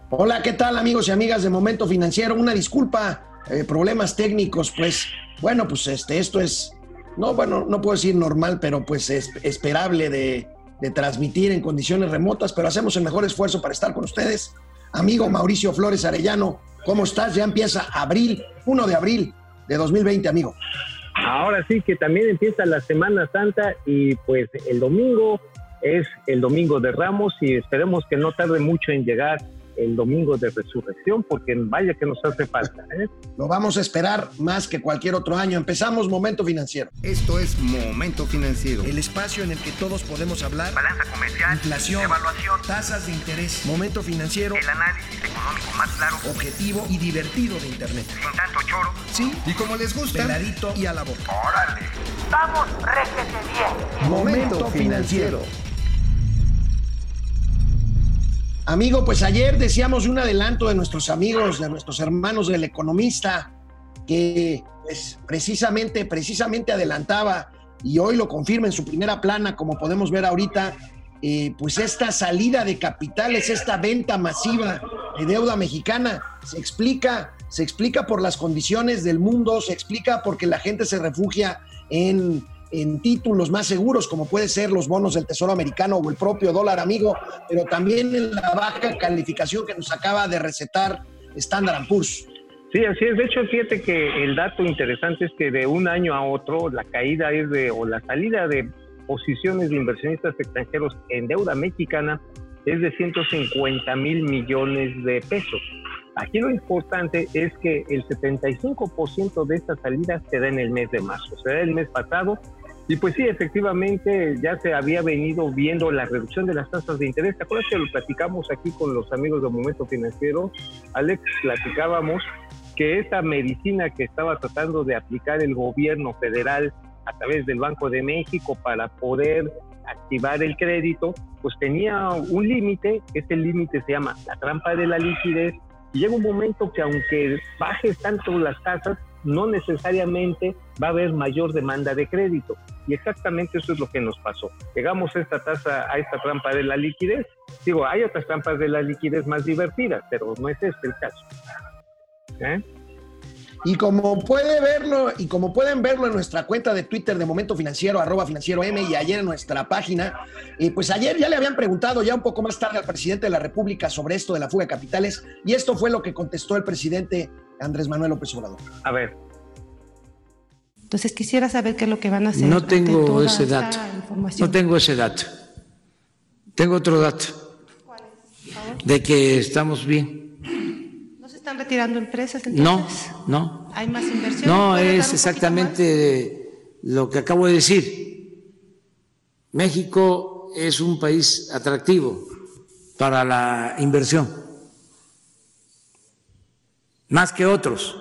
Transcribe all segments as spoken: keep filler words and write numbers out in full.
Hola, ¿qué tal amigos y amigas de Momento Financiero? Una disculpa, eh, problemas técnicos, pues, bueno, pues este, esto es, no, bueno, no puedo decir normal, pero pues es esperable de, de transmitir en condiciones remotas, pero hacemos el mejor esfuerzo para estar con ustedes. Amigo Mauricio Flores Arellano, ¿cómo estás? Ya empieza abril, primero de abril de dos mil veinte, amigo. Ahora sí que también empieza la Semana Santa y pues el domingo es el Domingo de Ramos y esperemos que no tarde mucho en llegar el Domingo de Resurrección, porque vaya que nos hace falta, ¿eh? Lo vamos a esperar más que cualquier otro año. Empezamos Momento Financiero. Esto es Momento Financiero. El espacio en el que todos podemos hablar. Balanza comercial, inflación, evaluación, tasas de interés. Momento Financiero. El análisis económico más claro, objetivo y divertido de Internet. sin tanto choro. Sí. Y como les gusta, Peladito y a la boca. ¡Órale! ¡Vamos, réjete bien! Momento Financiero. Amigo, pues ayer decíamos un adelanto de nuestros amigos, de nuestros hermanos del Economista, que pues, precisamente, precisamente adelantaba, y hoy lo confirma en su primera plana, como podemos ver ahorita, eh, pues esta salida de capitales, esta venta masiva de deuda mexicana, se explica, se explica por las condiciones del mundo, se explica porque la gente se refugia en... en títulos más seguros, como puede ser los bonos del Tesoro Americano o el propio dólar, amigo, pero también en la baja calificación que nos acaba de recetar Standard and Poor's. Sí, así es. De hecho, fíjate que el dato interesante es que de un año a otro la caída es de, o la salida de posiciones de inversionistas extranjeros en deuda mexicana es de ciento cincuenta mil millones de pesos. Aquí lo importante es que el setenta y cinco por ciento de esta salida se da en el mes de marzo, se da el mes pasado, y pues sí, efectivamente ya se había venido viendo la reducción de las tasas de interés. ¿Te acuerdas que lo platicamos aquí con los amigos de Momento Financiero? Alex, platicábamos que esta medicina que estaba tratando de aplicar el gobierno federal a través del Banco de México para poder activar el crédito, pues tenía un límite. Ese límite se llama la trampa de la liquidez, y llega un momento que aunque bajes tanto las tasas, no necesariamente va a haber mayor demanda de crédito. Y exactamente eso es lo que nos pasó. Llegamos a esta tasa, a esta trampa de la liquidez. Digo, hay otras trampas de la liquidez más divertidas, pero no es este el caso. ¿Eh? Y como puede verlo, y como pueden verlo en nuestra cuenta de Twitter de Momento Financiero, arroba financiero M, y ayer en nuestra página, eh, pues ayer ya le habían preguntado ya un poco más tarde al presidente de la República sobre esto de la fuga de capitales, y esto fue lo que contestó el presidente Andrés Manuel López Obrador. A ver. Entonces quisiera saber qué es lo que van a hacer. No tengo ese dato. No tengo ese dato. Tengo otro dato. ¿Cuál es, por favor? De que estamos bien. ¿No se están retirando empresas entonces? No, no. ¿Hay más inversión? No, es exactamente lo que acabo de decir. México es un país atractivo para la inversión, más que otros.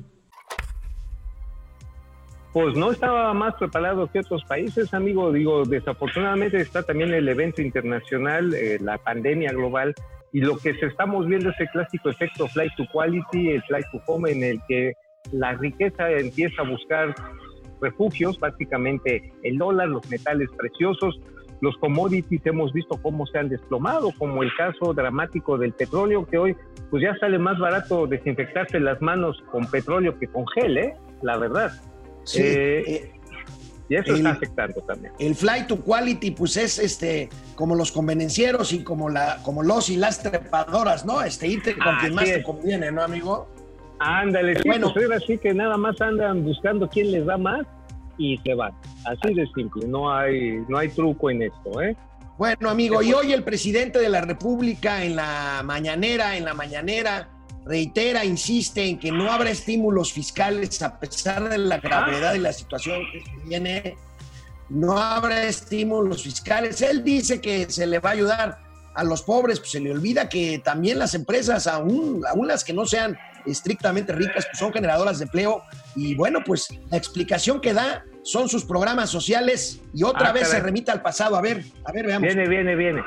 Pues no estaba más preparado que otros países, amigo. Digo, desafortunadamente está también el evento internacional, eh, la pandemia global, y lo que se estamos viendo es el clásico efecto flight to quality, el flight to home, en el que la riqueza empieza a buscar refugios, básicamente el dólar, los metales preciosos, los commodities. Hemos visto cómo se han desplomado, como el caso dramático del petróleo, que hoy pues ya sale más barato desinfectarse las manos con petróleo que con gel, ¿eh? La verdad. Sí, eh, eh, y eso el, está afectando también. El flight to quality, pues es este, como los convenencieros y como, la, como los y las trepadoras, ¿no? Este, irte con Ah, quien más sí. te conviene, ¿no, amigo? Ándale, sí, Bueno. pues ahora sí que nada más andan buscando quién les da más y se van. Así de simple, no hay, no hay truco en esto, ¿eh? Bueno, amigo, y hoy el presidente de la República en la mañanera, en la mañanera, reitera, insiste en que no habrá estímulos fiscales a pesar de la gravedad de la situación que se viene. No habrá estímulos fiscales. Él dice que se le va a ayudar a los pobres, pues se le olvida que también las empresas, aún, aún las que no sean estrictamente ricas, pues son generadoras de empleo. Y bueno, pues la explicación que da son sus programas sociales, y otra Ah, vez caray. se remite al pasado. A ver, a ver, veamos. Viene, viene, viene.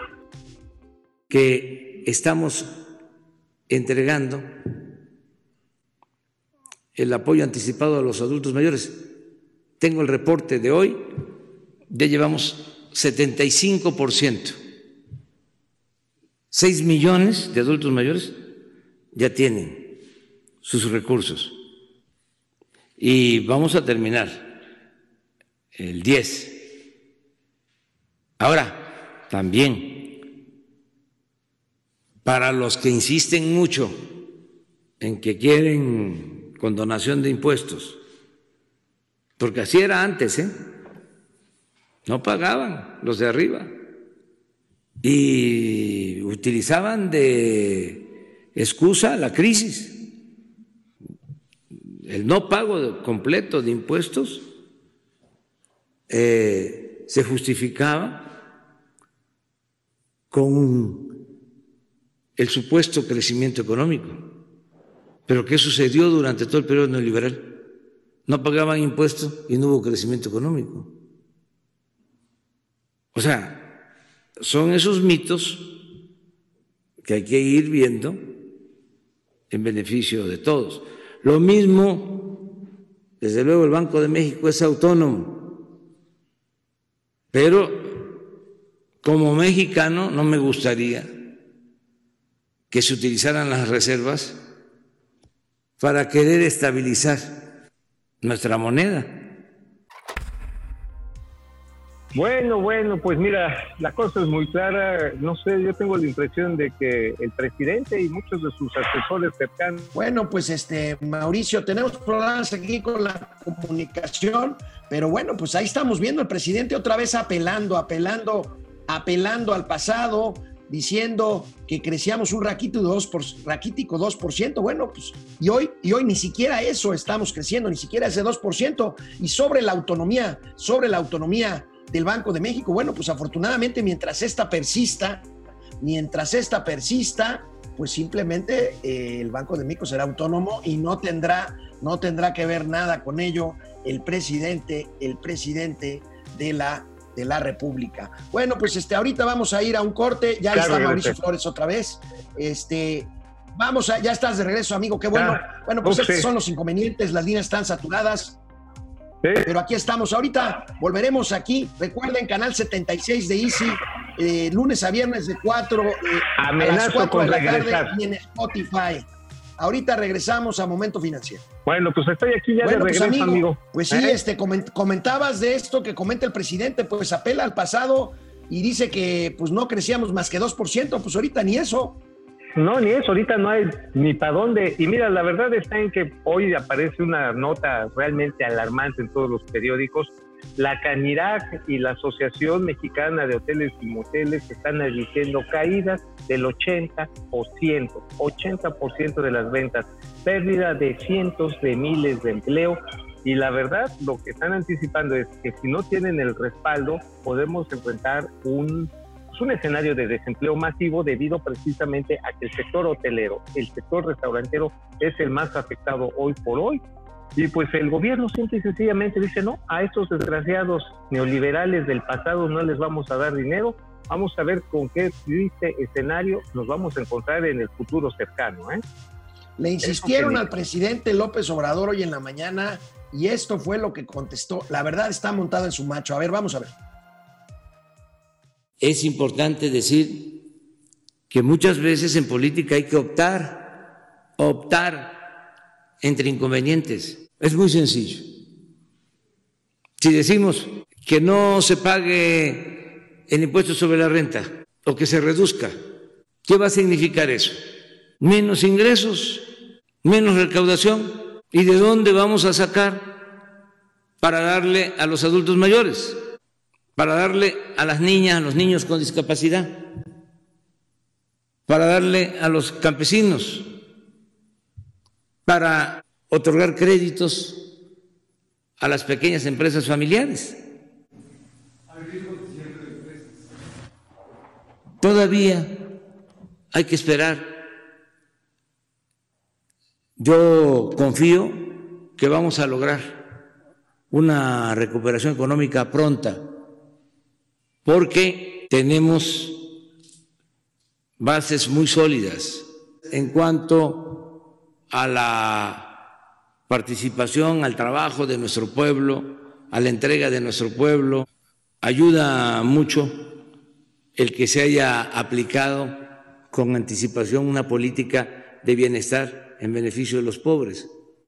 Que estamos entregando el apoyo anticipado a los adultos mayores. Tengo el reporte de hoy, ya llevamos setenta y cinco por ciento seis millones de adultos mayores ya tienen sus recursos. Y vamos a terminar el diez. Ahora, también, para los que insisten mucho en que quieren condonación de impuestos, porque así era antes, ¿eh? No pagaban los de arriba y utilizaban de excusa la crisis. El no pago completo de impuestos eh, se justificaba con el supuesto crecimiento económico. Pero ¿qué sucedió durante todo el periodo neoliberal? No pagaban impuestos y no hubo crecimiento económico. O sea, son esos mitos que hay que ir viendo en beneficio de todos. Lo mismo, desde luego, el Banco de México es autónomo, pero como mexicano no me gustaría que se utilizaran las reservas para querer estabilizar nuestra moneda. Bueno, bueno, pues mira, la cosa es muy clara. No sé, yo tengo la impresión de que el presidente y muchos de sus asesores cercanos... Bueno, pues este, Mauricio, tenemos problemas aquí con la comunicación, pero bueno, pues ahí estamos viendo el presidente otra vez apelando, apelando, apelando al pasado, diciendo que crecíamos un raquítico dos por, raquítico dos por ciento. Bueno, pues y hoy, y hoy ni siquiera eso estamos creciendo, ni siquiera ese dos por ciento. Y sobre la autonomía, sobre la autonomía del Banco de México, bueno, pues afortunadamente mientras esta persista, mientras esta persista, pues simplemente eh, el Banco de México será autónomo y no tendrá, no tendrá que ver nada con ello el presidente, el presidente de la, de la República. Bueno, pues este, ahorita vamos a ir a un corte, ya claro, está Mauricio Flores otra vez, este... Vamos a, ya estás de regreso, amigo, qué bueno. Ah, bueno, pues okay. Estos son los inconvenientes, las líneas están saturadas. Sí. Pero aquí estamos, ahorita volveremos aquí, recuerden canal setenta y seis de Easy, eh, lunes a viernes de cuatro eh, a las cuatro de la regresar. tarde y en Spotify. Ahorita regresamos a Momento Financiero. Bueno, pues estoy aquí ya bueno, de regreso, pues, amigo, amigo. Pues sí, ¿Eh? este, comentabas de esto que comenta el presidente, pues apela al pasado y dice que pues no crecíamos más que dos por ciento, pues ahorita ni eso. No, ni eso, ahorita no hay ni para dónde. Y mira, la verdad está en que hoy aparece una nota realmente alarmante en todos los periódicos. La Canirac y la Asociación Mexicana de Hoteles y Moteles están advirtiendo caídas del ochenta por ciento, ochenta por ciento de las ventas, pérdida de cientos de miles de empleos. Y la verdad, lo que están anticipando es que si no tienen el respaldo, podemos enfrentar un... un escenario de desempleo masivo debido precisamente a que el sector hotelero, el sector restaurantero es el más afectado hoy por hoy. Y pues el gobierno simple y sencillamente dice, no, a estos desgraciados neoliberales del pasado no les vamos a dar dinero, vamos a ver con qué triste escenario nos vamos a encontrar en el futuro cercano, ¿eh? Le insistieron al presidente López Obrador hoy en la mañana y esto fue lo que contestó. La verdad está montado en su macho. A ver, vamos a ver. Es importante decir que muchas veces en política hay que optar, optar entre inconvenientes. Es muy sencillo. Si decimos que no se pague el impuesto sobre la renta o que se reduzca, ¿qué va a significar eso? Menos ingresos, menos recaudación. ¿Y de dónde vamos a sacar para darle a los adultos mayores? Para darle a las niñas, a los niños con discapacidad, para darle a los campesinos, para otorgar créditos a las pequeñas empresas familiares. Todavía hay que esperar. Yo confío que vamos a lograr una recuperación económica pronta, porque tenemos bases muy sólidas en cuanto a la participación, al trabajo de nuestro pueblo, a la entrega de nuestro pueblo. Ayuda mucho el que se haya aplicado con anticipación una política de bienestar en beneficio de los pobres.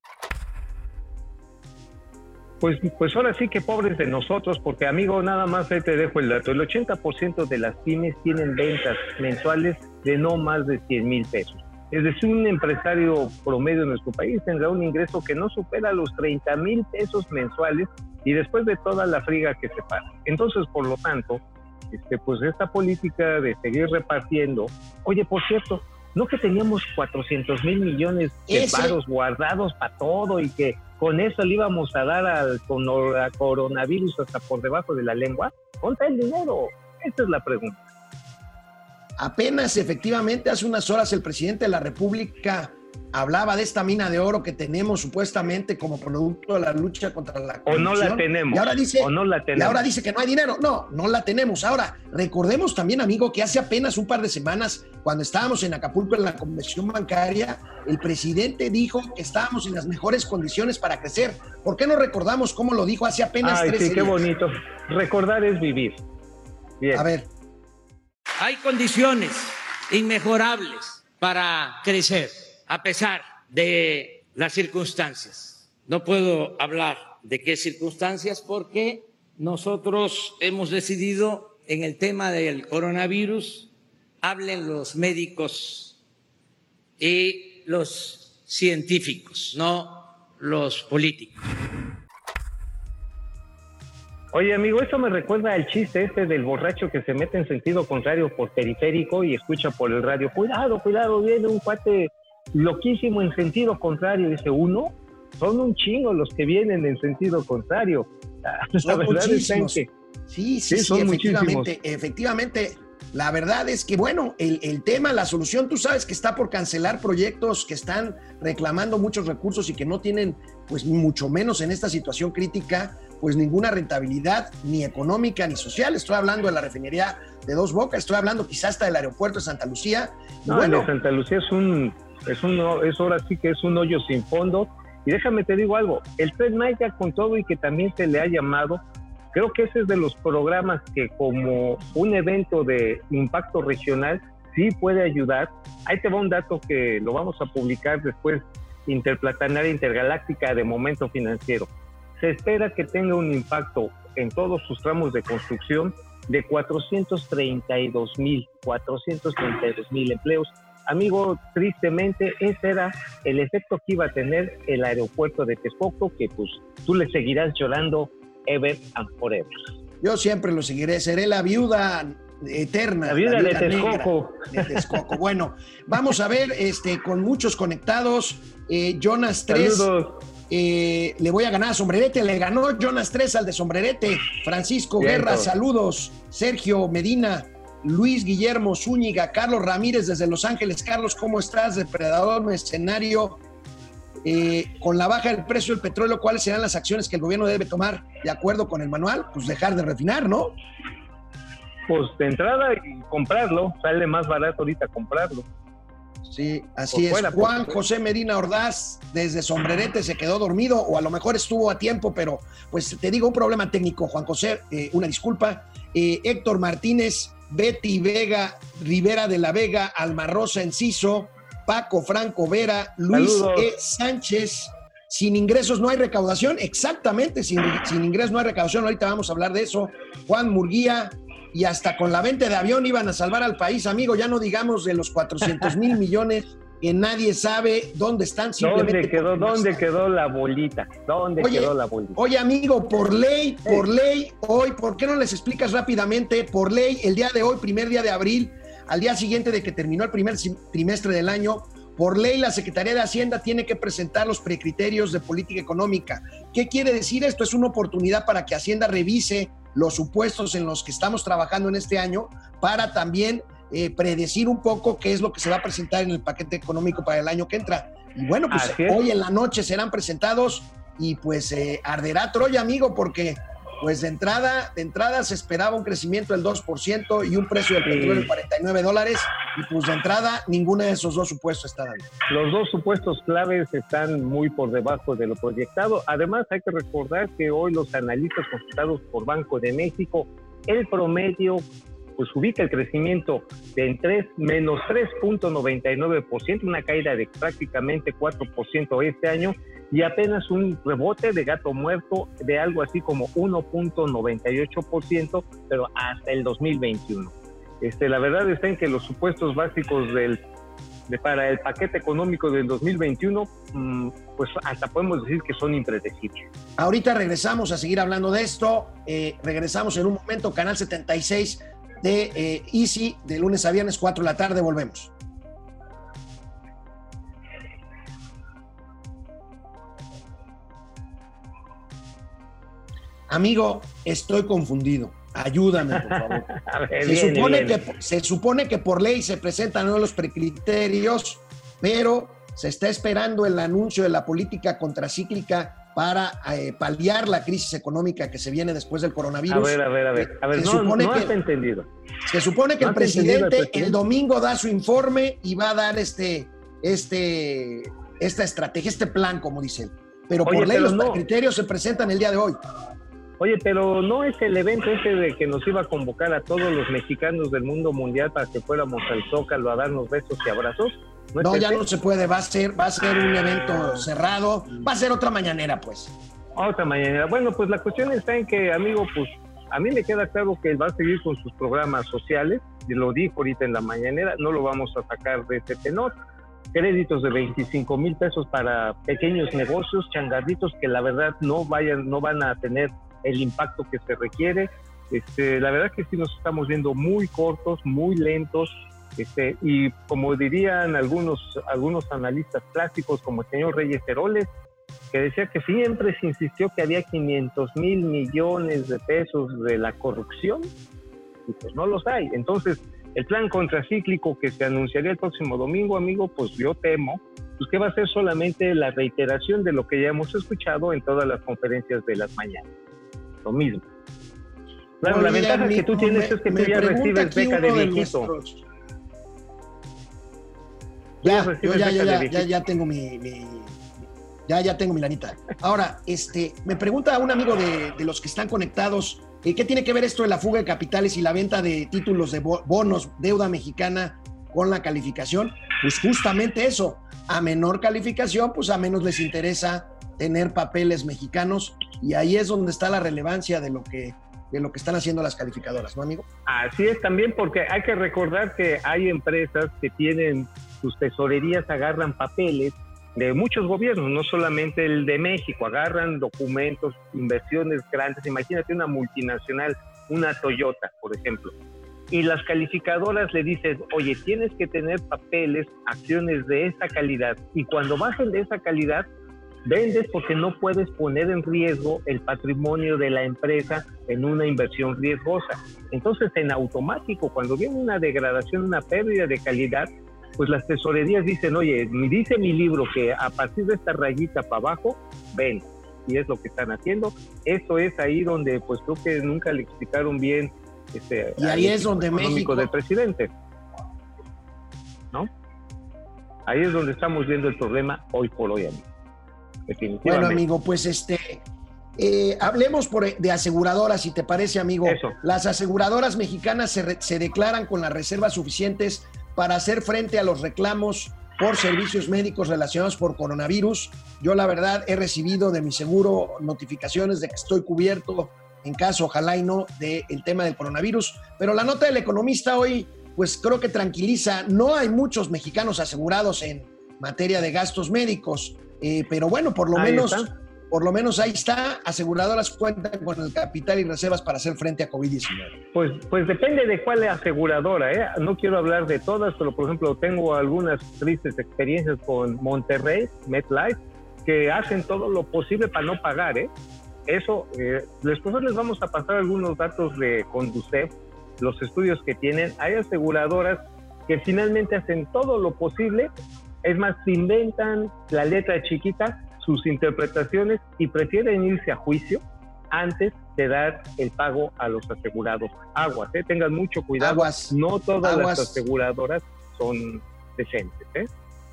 Pues, pues ahora sí que pobres de nosotros, porque amigo, nada más ahí te dejo el dato. El ochenta por ciento de las pymes tienen ventas mensuales de no más de cien mil pesos. Es decir, un empresario promedio en nuestro país tendrá un ingreso que no supera los treinta mil pesos mensuales y después de toda la friga que se paga. Entonces, por lo tanto, este, pues esta política de seguir repartiendo, oye, por cierto, ¿no que teníamos cuatrocientos mil millones de varos guardados para todo y que con eso le íbamos a dar al coronavirus hasta por debajo de la lengua? ¿Dónde está el dinero? Esa es la pregunta. Apenas, efectivamente, hace unas horas el presidente de la República hablaba de esta mina de oro que tenemos supuestamente como producto de la lucha contra la corrupción. O no la tenemos. Y ahora dice, o no la tenemos. Y ahora dice que no hay dinero. No, no la tenemos. Ahora, recordemos también, amigo, que hace apenas un par de semanas, cuando estábamos en Acapulco en la convención bancaria, el presidente dijo que estábamos en las mejores condiciones para crecer. ¿Por qué no recordamos cómo lo dijo hace apenas Ay, tres sí, días? Qué bonito. Recordar es vivir. Bien. A ver. Hay condiciones inmejorables para crecer, a pesar de las circunstancias. No puedo hablar de qué circunstancias porque nosotros hemos decidido en el tema del coronavirus, hablen los médicos y los científicos, no los políticos. Oye, amigo, eso me recuerda al chiste este del borracho que se mete en sentido contrario por periférico y escucha por el radio, cuidado, cuidado, viene un cuate loquísimo en sentido contrario. Dice, uno, son un chingo los que vienen en sentido contrario. Son la verdad muchísimos. Es que, sí, sí, sí, sí efectivamente, efectivamente. La verdad es que, bueno, el, el tema, la solución, tú sabes que está por cancelar proyectos que están reclamando muchos recursos y que no tienen, pues mucho menos en esta situación crítica, pues ninguna rentabilidad ni económica ni social. Estoy hablando de la refinería de Dos Bocas, estoy hablando quizás hasta del aeropuerto de Santa Lucía. No, bueno, el de Santa Lucía es un, es un, es ahora sí que es un hoyo sin fondo. Y déjame te digo algo, el Tren Maya con todo y que también se le ha llamado, creo que ese es de los programas que como un evento de impacto regional sí puede ayudar. Ahí te va un dato que lo vamos a publicar después, Interplatanaria Intergaláctica de Momento Financiero. Se espera que tenga un impacto en todos sus tramos de construcción de cuatrocientos treinta y dos mil empleos. Amigo, tristemente, ese era el efecto que iba a tener el aeropuerto de Texcoco, que pues tú le seguirás llorando ever and forever. Yo siempre lo seguiré, seré la viuda eterna. La viuda, la viuda de Texcoco. De Texcoco. Bueno, vamos a ver, este, con muchos conectados, eh, Jonas tres. Saludos. Eh, le voy a ganar a Sombrerete, le ganó Jonas tres al de Sombrerete. Francisco Bien, Guerra, todo. Saludos. Sergio Medina, Luis Guillermo Zúñiga, Carlos Ramírez desde Los Ángeles. Carlos, ¿cómo estás? Depredador Mercenario. Eh, con la baja del precio del petróleo, ¿cuáles serán las acciones que el gobierno debe tomar de acuerdo con el manual? Pues dejar de refinar, ¿no? Pues de entrada y comprarlo, sale más barato ahorita comprarlo. Sí, así es. Juan José Medina Ordaz, desde Sombrerete, se quedó dormido, o a lo mejor estuvo a tiempo, pero pues te digo, un problema técnico, Juan José, eh, una disculpa. Eh, Héctor Martínez, Betty Vega, Rivera de la Vega, Alma Rosa Enciso, Paco Franco Vera, Luis Saludos. E. Sánchez. Sin ingresos no hay recaudación, exactamente, sin, sin ingresos no hay recaudación, ahorita vamos a hablar de eso. Juan Murguía, y hasta con la venta de avión iban a salvar al país, amigo, ya no digamos de los cuatrocientos mil millones que nadie sabe dónde están. ¿Dónde quedó, dónde quedó la bolita? ¿Dónde oye, quedó la bolita? Oye, amigo, por ley, por ley, hoy, ¿por qué no les explicas rápidamente? Por ley, el día de hoy, primer día de abril, al día siguiente de que terminó el primer trimestre del año, por ley la Secretaría de Hacienda tiene que presentar los precriterios de política económica. ¿Qué quiere decir esto? Es una oportunidad para que Hacienda revise los supuestos en los que estamos trabajando en este año para también eh, predecir un poco qué es lo que se va a presentar en el paquete económico para el año que entra. Y bueno, pues hoy en la noche serán presentados y pues eh, arderá Troya, amigo, porque pues de entrada, de entrada se esperaba un crecimiento del dos por ciento y un precio del petróleo de cuarenta y nueve dólares, y pues de entrada ninguna de esos dos supuestos está dando. Los dos supuestos claves están muy por debajo de lo proyectado. Además, hay que recordar que hoy los analistas consultados por Banco de México, el promedio pues ubica el crecimiento de en tres, menos tres punto noventa y nueve por ciento, una caída de prácticamente cuatro por ciento este año, y apenas un rebote de gato muerto de algo así como uno punto noventa y ocho por ciento, pero hasta el dos mil veintiuno. Este, la verdad está en que los supuestos básicos del, de, para el paquete económico del dos mil veintiuno, mmm, pues hasta podemos decir que son impredecibles. Ahorita regresamos a seguir hablando de esto. Eh, regresamos en un momento, Canal setenta y seis de eh, Easy, de lunes a viernes, cuatro de la tarde. Volvemos. Amigo, estoy confundido. Ayúdame, por favor. ver, se, viene, supone viene. Que, se supone que por ley se presentan ¿no? los precriterios, pero se está esperando el anuncio de la política contracíclica para eh, paliar la crisis económica que se viene después del coronavirus. A ver, a ver, a ver. A ver, se no, supone no que, has entendido. Se supone que no el, presidente, el presidente el domingo da su informe y va a dar este, este, esta estrategia, este plan, como dice él. Pero Oye, por ley pero los no. criterios se presentan el día de hoy. Oye, pero no es el evento ese de que nos iba a convocar a todos los mexicanos del mundo mundial para que fuéramos al Zócalo a darnos besos y abrazos. No, no ya ese? no se puede, va a ser, va a ser un evento cerrado, va a ser otra mañanera, pues. Otra mañana. Bueno, pues la cuestión está en que, amigo, pues a mí me queda claro que él va a seguir con sus programas sociales, y lo dijo ahorita en la mañanera, no lo vamos a sacar de ese tenor. Créditos de veinticinco mil pesos para pequeños negocios, changarritos que la verdad no vayan, no van a tener el impacto que se requiere. Este, la verdad que sí nos estamos viendo muy cortos, muy lentos, este, y como dirían algunos, algunos analistas clásicos como el señor Reyes Heroles, que decía que siempre se insistió que había quinientos mil millones de pesos de la corrupción, y pues no los hay. Entonces, el plan contracíclico que se anunciaría el próximo domingo, amigo, pues yo temo pues que va a ser solamente la reiteración de lo que ya hemos escuchado en todas las conferencias de las mañanas. Lo mismo. Claro, Oye, la ventaja mi, que tú tienes me, es que tú me ya recibes beca de, de viejito. Nuestros... Ya, yo ya, ya, ya, ya, ya tengo mi, mi, ya, ya tengo mi lanita. Ahora, este, me pregunta un amigo de, de los que están conectados, eh, ¿qué tiene que ver esto de la fuga de capitales y la venta de títulos de bonos, deuda mexicana con la calificación? Pues justamente eso, a menor calificación, pues a menos les interesa tener papeles mexicanos, y ahí es donde está la relevancia de lo que, de lo que están haciendo las calificadoras, ¿no, amigo? Así es también, porque hay que recordar que hay empresas que tienen sus tesorerías, agarran papeles de muchos gobiernos, no solamente el de México, agarran documentos, inversiones grandes. Imagínate una multinacional, una Toyota, por ejemplo, y las calificadoras le dicen, oye, tienes que tener papeles, acciones de esta calidad, y cuando bajen de esa calidad, vendes porque no puedes poner en riesgo el patrimonio de la empresa en una inversión riesgosa. Entonces, en automático, cuando viene una degradación, una pérdida de calidad, pues las tesorerías dicen, oye, dice mi libro que a partir de esta rayita para abajo, ven, y es lo que están haciendo. Eso es ahí donde, pues creo que nunca le explicaron bien este, y ahí es donde México del presidente, ¿no? Ahí es donde estamos viendo el problema hoy por hoy, amigo. Definitivamente. Bueno, amigo, pues este, eh, hablemos por, de aseguradoras, si te parece, amigo. Eso. Las aseguradoras mexicanas se, re, se declaran con las reservas suficientes para hacer frente a los reclamos por servicios médicos relacionados por coronavirus. Yo, la verdad, he recibido de mi seguro notificaciones de que estoy cubierto en caso, ojalá y no, del tema del coronavirus. Pero la nota del Economista hoy, pues creo que tranquiliza. No hay muchos mexicanos asegurados en materia de gastos médicos. Eh, pero bueno, por lo ahí menos está. por lo menos ahí está, aseguradoras cuentan con el capital y reservas para hacer frente a COVID diecinueve. Pues, pues depende de cuál aseguradora, ¿eh? No quiero hablar de todas, pero por ejemplo tengo algunas tristes experiencias con Monterrey, MetLife, que hacen todo lo posible para no pagar, ¿eh? Eso, eh, después les vamos a pasar algunos datos de Conducef, los estudios que tienen. Hay aseguradoras que finalmente hacen todo lo posible. Es más, se inventan la letra chiquita, sus interpretaciones, y prefieren irse a juicio antes de dar el pago a los asegurados. Aguas, ¿eh? Tengan mucho cuidado. Aguas. No todas Aguas. las aseguradoras son decentes, ¿eh?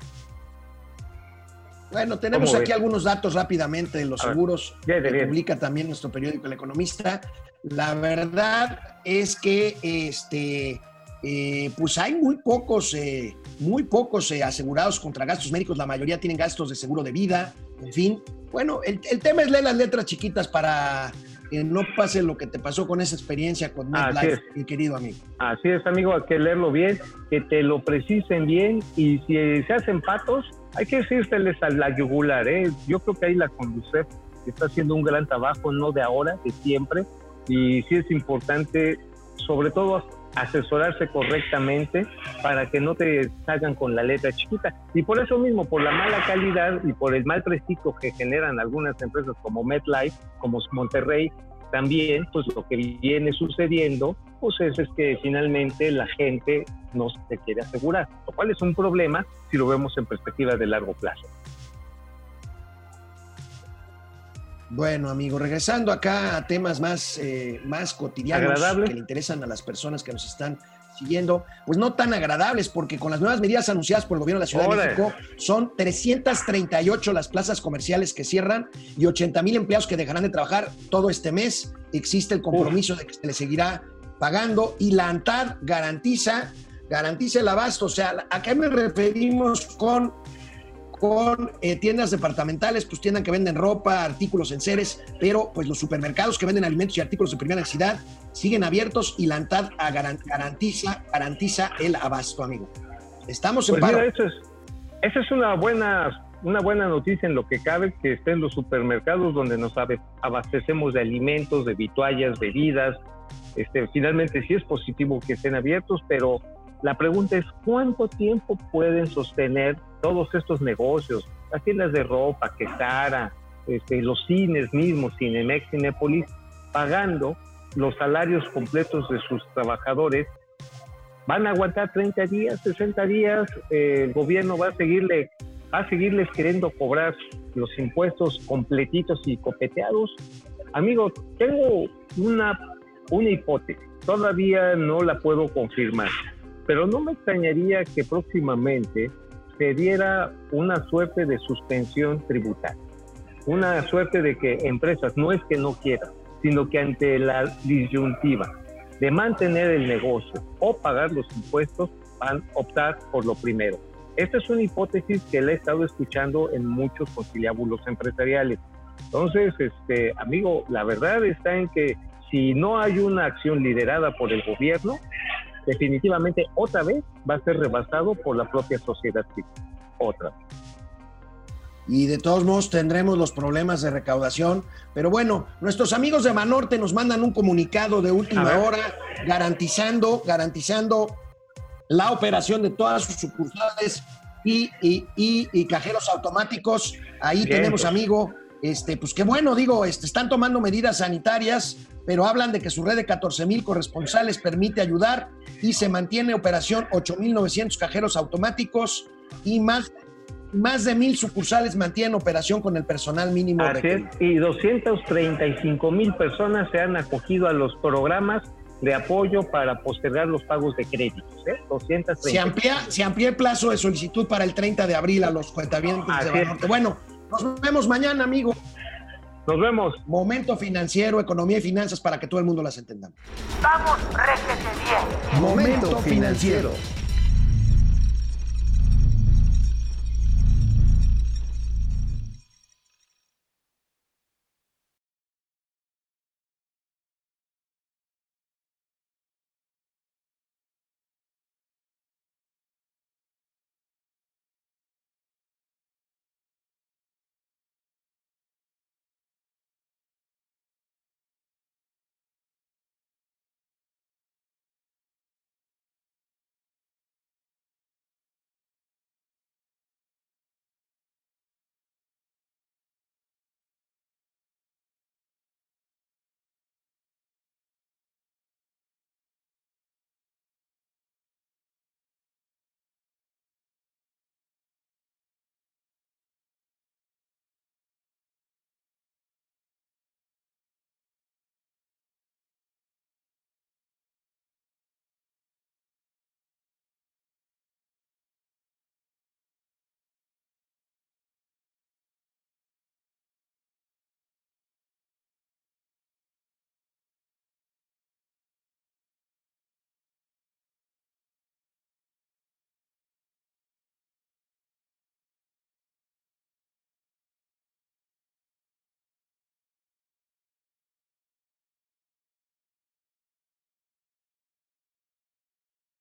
Bueno, tenemos aquí algunos datos rápidamente de los A ver, seguros bien, que bien. publica también nuestro periódico El Economista. la verdad es que este, eh, pues hay muy pocos, eh, muy pocos eh, asegurados contra gastos médicos, la mayoría tienen gastos de seguro de vida, en fin. Bueno, el, el tema es leer las letras chiquitas para que no pase lo que te pasó con esa experiencia con MetLife, mi querido amigo. Así es, amigo, hay que leerlo bien, que te lo precisen bien, y si se hacen patos, hay que decírseles a la yugular, ¿eh? Yo creo que ahí la Conducef está haciendo un gran trabajo, no de ahora, de siempre, y sí es importante, sobre todo, asesorarse correctamente para que no te salgan con la letra chiquita. Y por eso mismo, por la mala calidad y por el mal prestigio que generan algunas empresas como MetLife, como Monterrey, también, pues lo que viene sucediendo, pues es, es que finalmente la gente no se quiere asegurar, lo cual es un problema si lo vemos en perspectiva de largo plazo. Bueno, amigo, regresando acá a temas más, eh, más cotidianos ¿agradable? Que le interesan a las personas que nos están siguiendo, pues no tan agradables, porque con las nuevas medidas anunciadas por el gobierno de la Ciudad ¡Órale! de México, son trescientas treinta y ocho las plazas comerciales que cierran y ochenta mil empleados que dejarán de trabajar todo este mes. Existe el compromiso Uf. de que se les seguirá pagando, y la ANTAD garantiza, garantiza el abasto. O sea, ¿a qué me referimos con... con eh, tiendas departamentales? Pues tiendas que venden ropa, artículos en seres, pero pues los supermercados que venden alimentos y artículos de primera necesidad siguen abiertos, y la ANTAD garantiza, garantiza el abasto, amigo. Estamos en pues paro. Mira, eso es, esa es una buena, una buena noticia en lo que cabe, que estén los supermercados donde nos abastecemos de alimentos, de vituallas, bebidas. Este, finalmente sí es positivo que estén abiertos, pero la pregunta es, ¿cuánto tiempo pueden sostener todos estos negocios? Las tiendas de ropa, Quesara, este, los cines mismos, Cinemex, Cinépolis, pagando los salarios completos de sus trabajadores. ¿Van a aguantar treinta días, sesenta días? Eh, el gobierno va a seguirle, va a seguirles queriendo cobrar los impuestos completitos y copeteados. Amigo, tengo una, una hipótesis, todavía no la puedo confirmar, pero no me extrañaría que próximamente se diera una suerte de suspensión tributaria, una suerte de que empresas, no es que no quieran, sino que ante la disyuntiva de mantener el negocio o pagar los impuestos, van a optar por lo primero. Esta es una hipótesis que la he estado escuchando en muchos conciliábulos empresariales. Entonces, este, amigo, la verdad está en que si no hay una acción liderada por el gobierno, definitivamente otra vez va a ser rebasado por la propia sociedad civil. Otra vez. Y de todos modos tendremos los problemas de recaudación. Pero bueno, nuestros amigos de Banorte nos mandan un comunicado de última hora garantizando, garantizando la operación de todas sus sucursales y, y, y, y cajeros automáticos. Ahí Bien, tenemos, pues. amigo, este, pues qué bueno, digo, este, están tomando medidas sanitarias, pero hablan de que su red de catorce mil corresponsales permite ayudar, y se mantiene operación ocho mil novecientos cajeros automáticos, y más Más de mil sucursales mantienen operación con el personal mínimo requerido. Y doscientas treinta y cinco mil personas se han acogido a los programas de apoyo para postergar los pagos de créditos. ¿eh? doscientas treinta. Se amplía, se amplía el plazo de solicitud para el treinta de abril a los cuentavientes de Banorte. Bueno, nos vemos mañana, amigo. Nos vemos. Momento financiero, economía y finanzas para que todo el mundo las entendamos. Vamos, réjete bien. Momento financiero.